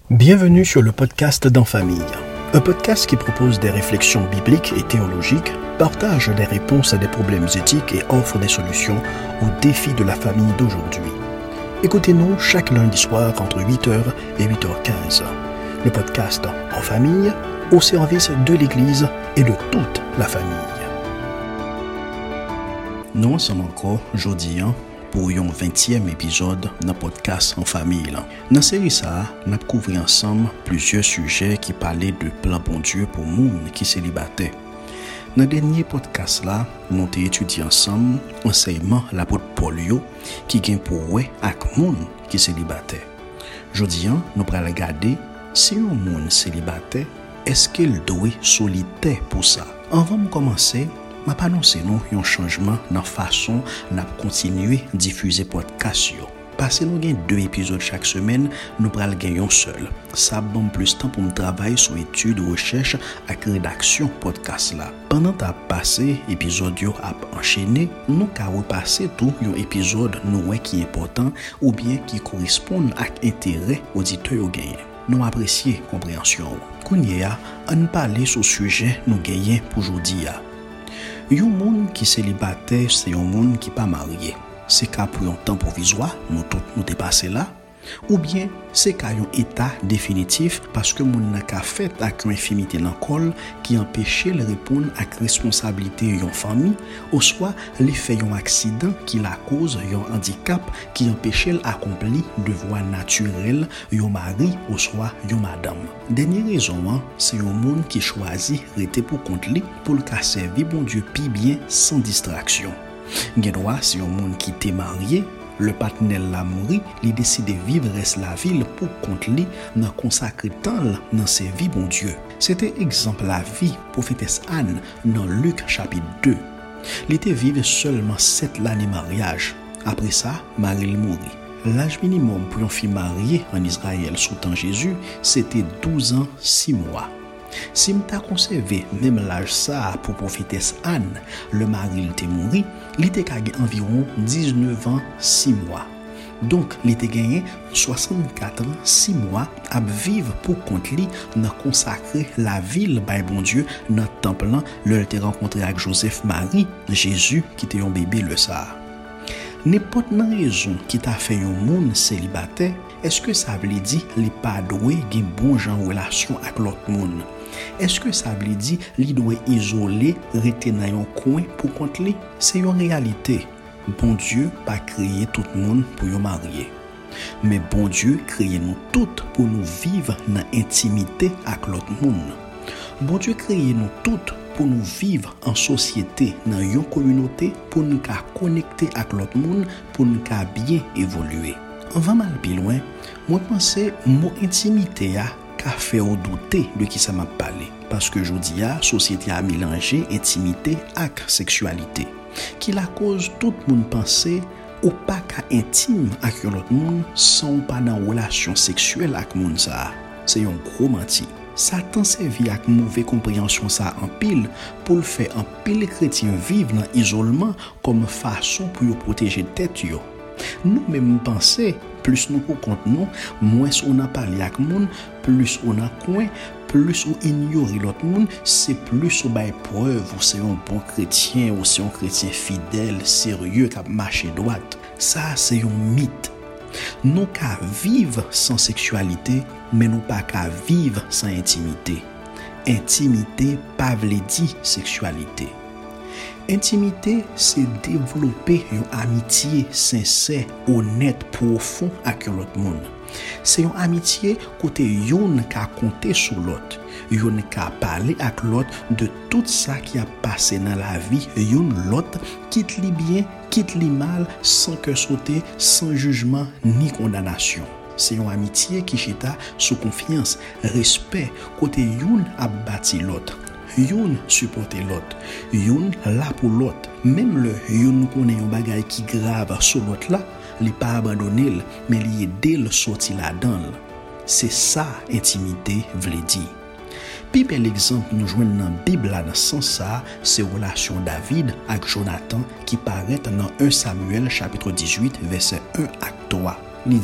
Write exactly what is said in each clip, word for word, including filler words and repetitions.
Bienvenue sur le podcast d'En Famille, un podcast qui propose des réflexions bibliques et théologiques, partage des réponses à des problèmes éthiques et offre des solutions aux défis de la famille d'aujourd'hui. Écoutez-nous chaque lundi soir entre huit heures et huit heures quinze. Le podcast En Famille, au service de l'Église et de toute la famille. Nous sommes encore aujourd'hui pour un vingtième épisode dans le podcast En Famille. Dans la série, nous avons couvert ensemble plusieurs sujets qui parlaient de plan bon Dieu pour les gens qui sont célibataires. Dans le dernier podcast, là, nous avons étudié ensemble l'enseignement de l'apôtre Paul qui vient pour eux avec les gens qui sont célibataires. Aujourd'hui, nous allons regarder si un monde célibataire, est-ce qu'il doit être solitaire pour ça? Avant de commencer, je vais annoncer un changement dans la façon de continuer à diffuser le podcast. Parce que nous avons deux épisodes chaque semaine, nous allons gagner un seul. Ça prend plus de temps pour me travailler sur l'étude, recherche et rédaction du podcast. Pendant que tu passé l'épisode à enchaîner, nous allons repasser tout un épisode qui est important ou bien qui correspond à l'intérêt auditeur gagné. Nous apprécions la compréhension. Kounia, on parle sur le sujet nous gagnons pour aujourd'hui. Un monde qui est célibataire, c'est un monde qui n'est pas marié. C'est qu'à pour un temps provisoire, nous tous nous dépassons là. Ou bien, c'est qu'à un état définitif parce que mon n'a qu'à fait avec une infimité dans le col qui empêche de répondre à la responsabilité de la famille, ou soit les fait un accident qui la cause un handicap qui empêche d'accomplir devoir naturel de mari ou soit de madame. Dernière raison, c'est un monde qui choisit de rester pour compte lui pour le servir bon Dieu pi bien sans distraction. Gedwa, c'est un monde qui est marié. Le partenaire l'a mouru, il décide de vivre reste la ville pour compte lui dans consacrer temps dans ses vies bon Dieu. C'était exemple la vie prophétesse Anne dans Luc chapitre deux. Il était vivre seulement sept années de mariage. Après ça, Marie mourit. L'âge minimum pour une fille mariée en Israël sous temps Jésus, c'était douze ans six mois. Si m'ta conservé même l'âge ça pour prophétesse Anne, le mari était mort, il était gagné environ dix-neuf ans six mois. Donc, il était gagné soixante-quatre ans six mois à vivre pour compte lui dans consacrer la ville by bon Dieu dans le temple là, le était rencontré avec Joseph Marie, Jésus qui était un bébé le ça. N'importe quelle raison qui t'a fait un monde célibataire, est-ce que ça veut dire qu'il pas doué gen bon genre relation avec l'autre monde? Est-ce que ça veut dire qu'il doit isoler, rester dans un coin pour compte lui? C'est une réalité. Bon Dieu pas créé tout le monde pour y marier. Mais bon Dieu créé nous toutes pour nous vivre dans l'intimité avec l'autre monde. Bon Dieu créé nous toutes pour nous vivre en société, dans une communauté, pour nous connecter avec l'autre monde, pour nous bien évoluer. On va mal plus loin, moi penser mon intimité a qu'a fait au douter de qui ça m'a parlé parce que jodi a société a mélangé intimité avec sexualité qui la cause tout le monde penser ou pas qu'à intime avec l'autre monde sans pas dans relation sexuelle avec monde ça. C'est un gros menti. Satan servi avec mauvaise compréhension ça en pile pour le faire en pile chrétien vivre dans isolement comme façon pour protéger tête yo. Nous même penser plus nous pour compte nous, moins on a parlé avec monde, plus on a coin, plus on ignore l'autre monde, c'est plus on bail preuve ou c'est un bon chrétien ou c'est un chrétien fidèle, sérieux qui a marché droite. Ça c'est un mythe. Nous qu'à vivre sans sexualité, mais nous pas qu'à vivre sans intimité. Intimité pas veut dire sexualité. Intimité, c'est développer une amitié sincère, honnête, profond avec l'autre monde. C'est une amitié côté yon qui a compté sur l'autre, yon qui a parlé avec l'autre de tout ça qui a passé dans la vie, yon l'autre quitte li bien, quitte li mal, sans que sauter, sans jugement ni condamnation. C'est une amitié qui chita sous confiance, respect, côté yon a bâti l'autre. Yon supporter l'autre, yon là pour l'autre. Même le yon connaît un bagay qui grave sur l'autre là, il pas abandonner, mais il aider le sortir là-dedans. C'est ça intimité veut dire. Puis bel exemple nous joignons dans la Bible dans sens ça, c'est relation David avec Jonathan qui paraît dans un Samuel chapitre dix-huit verset un à trois. Il dit: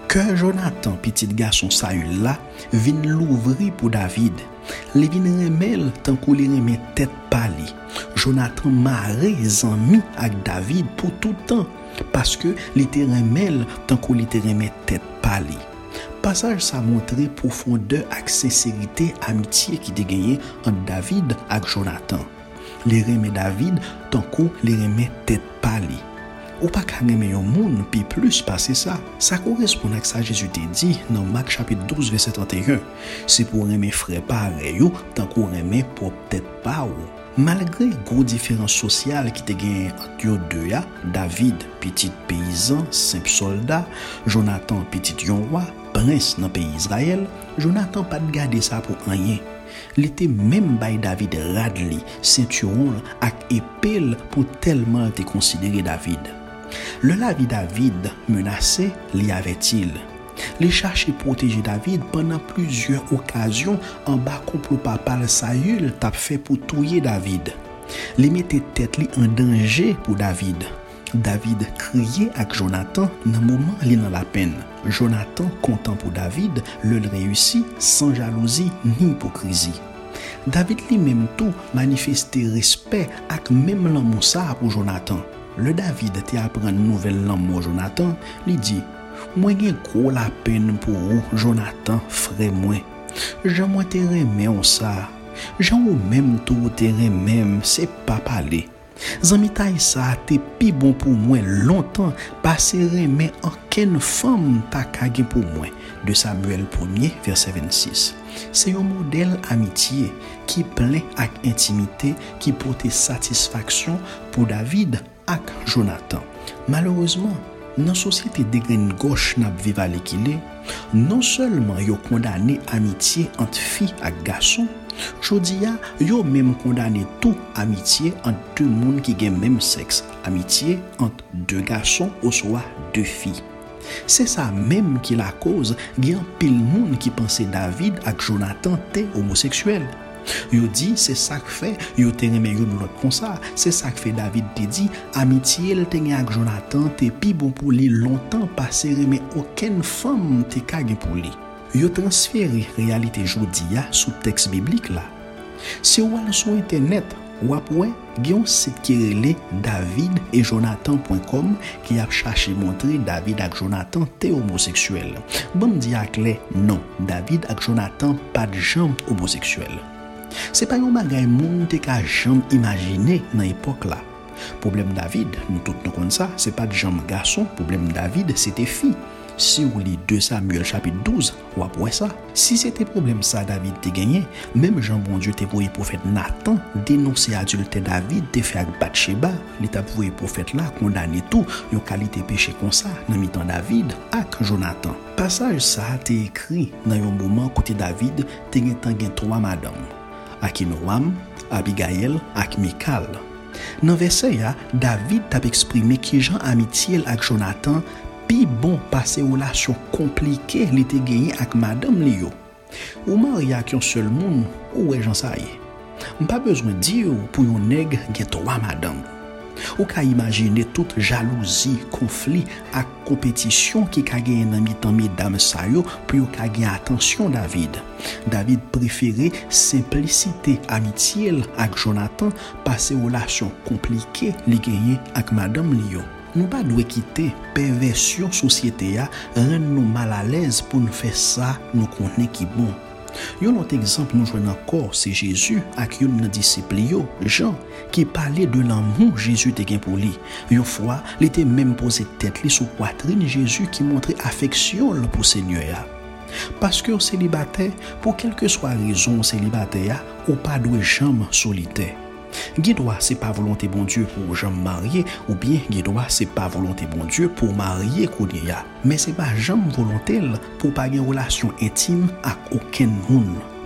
Que Jonathan, petit garçon Saül là, vin l'ouvrir pour David. Les vin remel tant qu'on les remet tête pali. Jonathan marre zami avec David pour tout temps parce que les te remel tant qu'on les te remet tête pali. Passage ça montré profondeur et sincérité amitié qui te gagné entre David et Jonathan. Les remet David tant qu'on les remet tête pali. Ou pas qu'à aimer un monde puis plus passer ça. Ça correspond à ça Jésus t'a dit dans Marc chapitre douze verset trente et un. C'est pour aimer frère pareil ou tant qu'on aimer pour peut-être pas ou. Malgré gros différences sociales qui te gagnent entre deux ya, David petit paysan, simple soldat, Jonathan petit yon roi, prince dans pays Israël, Jonathan pas de garder ça pour rien. Il était même by David radli, ceinturon ak épée pour tellement te considérer David. Le la vie David menacé, l'y avait-il. Les chercher protéger David pendant plusieurs occasions en bas complot papa Saül t'a fait pour tuer David. Les mettait tête li en danger pour David. David criait avec Jonathan dans moment li dans la peine. Jonathan content pour David, le réussit sans jalousie ni hypocrisie. David lui-même tout manifestait respect avec même l'amour ça pour Jonathan. Le David te apprend une nouvelle l'amour Jonathan, lui dit moi j'ai gros la peine pour vous, Jonathan, frère moi. Jean moi te remè on ça. Jean ou même tout te remè, c'est pas parler. Zami taille ça te pi bon pour moi longtemps, passer remè aucune femme ta kage pour moi. De Samuel premier verset vingt-six. C'est un modèle amitié qui plein avec intimité, qui porte satisfaction pour David ak Jonathan. Malheureusement, dans la société de graine gauche n'a viva l'équilibre, non seulement yo condamné amitié entre filles et garçons, jodia yo même condamné tout amitié entre deux monde qui gen même sexe, amitié entre deux garçons ou soit deux filles. C'est ça même qui la cause gen pile monde qui pensait David et Jonathan étaient homosexuels. Yo dit c'est ça que fait yo te remè yo l'autre comme ça, c'est ça que fait David te dit amitié el te gen avec Jonathan te pi bon pour lui longtemps passer remè aucune femme te kage pour lui. Yo transféré réalité jodi a sous texte biblique là. Si ou al sur internet ou après gen site qui relè david et jonathan point com qui a cherché montrer David et Jonathan te homosexuel. Bon di ak lè non, David et Jonathan pas de jambe homosexuel. C'est pas un bagay moun te ka jambe imaginer dans époque là. Problème David, nous tous nous connaissons ça, c'est pas de jambe garçon, problème David c'était fille. Si vous lisez deux Samuel chapitre douze, ou après ça, si c'était problème ça David te gagné, même Jean bon Dieu te voyé prophète Nathan dénoncer adultère David te fait avec Bathsheba, il t'a voyé prophète là condamner tout, yon qualité péché comme ça dans mi-temps David avec Jonathan. Passage ça te écrit dans un moment côté David te gen tan gen trois madame. Akinoam, Abigail ak Michal. Dans verset ya, David t'a exprimé qui Jean amitié avec Jonathan pi bon passer relation compliquée li te gagné avec madame Lio. Ou marié avec un seul monde ou est Jean ça y est. Pas besoin dire pour un nègre gen trois madame. Ou ka imaginer toute jalousie, conflit et compétition qui ka gagné dans mi-temps mesdames sa yo pour ka gagné attention David. David préférait simplicité, amitié avec Jonathan passer relation compliquée li gagné avec madame Lio. Nous pas doit quitter perversion société a rend nous mal à l'aise pour nous faire ça nous connaît qui bon. Yon autre exemple nous jouons encore c'est Jésus avec yon nan disciple yo Jean qui parlait de l'amour Jésus te gen pour lui. Yon fois, il était même posé tête li sur poitrine Jésus qui montrait affection pour Seigneur. Parce que célibataire pour quelle que soit raison célibataire ou pas doit jamais solitaire. Guédois c'est pas volonté bon Dieu pour jamais marier ou bien guédois c'est pas volonté bon Dieu pour marier kounya mais c'est pas jamais volonté pour pas une relation intime avec aucun monde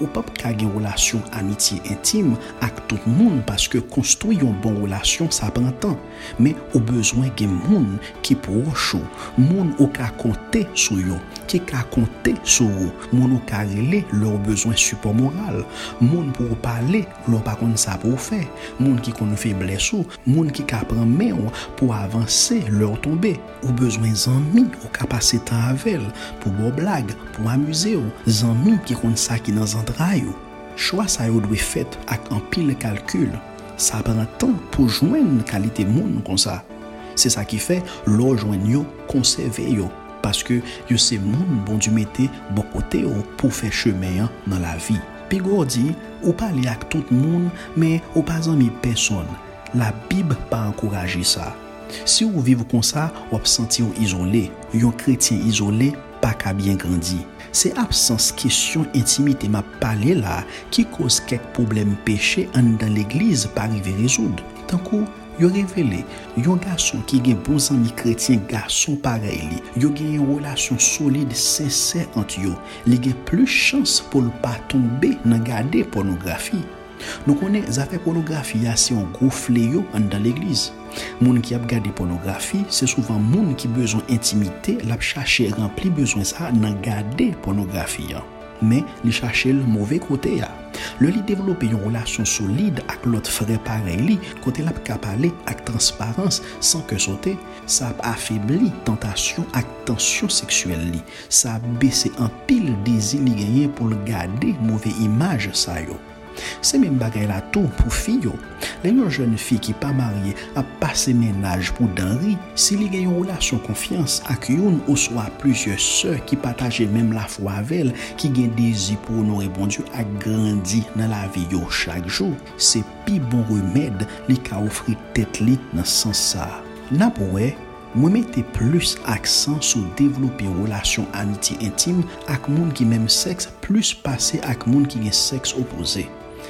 ou pas ka gen relation amitié intime avec tout le monde parce que construire une bonne relation ça prend temps. Mais au besoin gen moun qui pour chaud, moun ou ka compter sur yo, qui ka compter sur vous, moun ou ka relé leurs besoins support moral, moun pour parler, leur pas kon ça pour faire, moun qui kon faiblesse ou, moun qui ka prend main pour avancer leur tomber, ou besoin zanmi ou ka passer temps avec pour bon blague, pour amuser ou, zanmi qui kon ça qui dans entrailles ou. Choix ça yo doit fait avec un pile calcul. Ça prend temps pour joindre qualité moun comme ça. C'est ça qui fait l'on joindre yo, conserver yo parce que yo c'est moun bon Dieu mette bon côté pour faire chemin dans la vie. Puis go dit ou parler avec tout le monde mais ou pas ami personne. La Bible pas encourager ça. Si vous vivez comme ça, vous vous sentir isolé. Un chrétien isolé pas qu'à bien grandir. C'est absence question intimité m'a parlé là qui cause quelques problèmes péchés dans l'église pas arriver résoudre. Tant coup yo révélé un garçon qui gen bons amis chrétiens garçon pareil li yo gen une relation solide sincère entre yo li gen plus chance pour pas tomber dans garder pornographie. Nous connaissons affaire pornographie c'est un gros fléau dans l'église. Moun qui a regardé pornographie, c'est souvent moun qui besoin intimité, l'a chercher rempli besoin ça dans garder pornographie. Mais li chercher le mauvais côté ya. Le li développer une relation solide avec l'autre frère pareil li, côté l'a ka parler avec transparence sans que sauter, ça affaiblit tentation avec tension sexuelle li. Ça baisser en pile désir li gagner pour le garder mauvaise image ça yo. C'est même bagay la tout pour fille yo. Les jeunes filles qui pas mariées a passé ménage pour denri, si li gen une relation confiance avec une ou soit plusieurs sœurs qui partagent même la foi avec elle, qui gen désir pour honorer bon Dieu a grandi dans la vie yo chaque jour, c'est pi bon remède li ka offrir tête li dans sens ça. N'a poué moi mettez plus accent sur développer une relation amitié intime avec moun qui même sexe plus passer avec moun qui gen sexe opposé.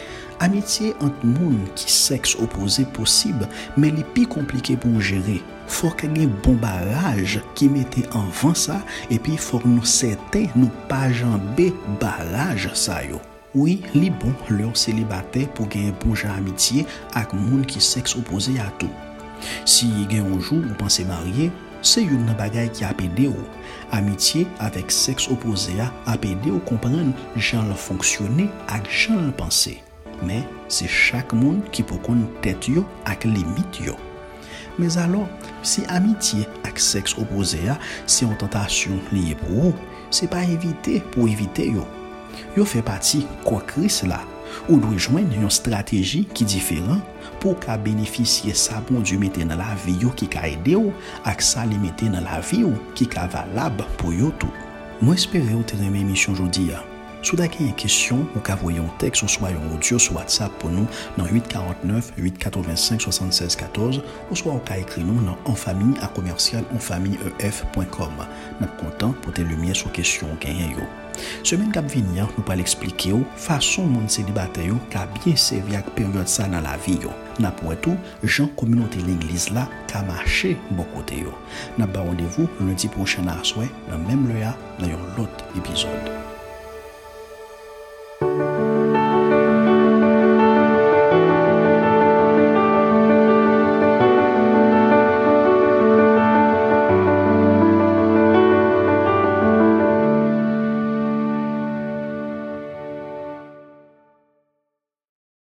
Amitié entre moun qui sexe opposé possible, mais les plus compliqué pour gérer. Faut qu'il y ait un bon barrage qui mette en vent ça, et puis faut que nous certains nous pas jamber barrage ça yo. Oui, li bon leur célibataire pour gagner un bon genre amitié avec moun qui sexe opposé à tout. Si y a un jour ou pensez marier, c'est une bagaille qui a aidé ou. Amitié avec sexe opposé a aidé ou comprendre genre le fonctionner avec genre le penser. Mais c'est chaque monde qui peut connaître tête yo avec limite yo. Mais alors, si amitié avec sexe opposé a, c'est une tentation liée pour vous, c'est pas éviter pour éviter yo. Yo fait partie quoi Christ là, ou doit joindre une stratégie qui différente pour qu'à bénéficier ça bon Dieu mette dans la vie yo qui ka aider ou ak ça li mette dans la vie ou qui ka valable pour yo tout. Moi espérer ou te aimer émission aujourd'hui. Si vous avez une question, vous pouvez envoyer un texte ou soit un audio sur WhatsApp pour nous dans huit quarante-neuf huit quatre-vingt-cinq soixante-seize quatorze ou soit vous pouvez écrire nous dans en famille à commercial en famille e f point com. Nous sommes contents pour te lumière sur question gagnée yo. Semaine cap venir, nous allons expliquer la façon mon célibataire qui a bien servi à période ça dans la vie yo. N'a pour tout, Jean communauté l'église là qui a marché bon côté yo. N'a pas rendez-vous lundi prochain à soir dans même lieu dans un autre épisode.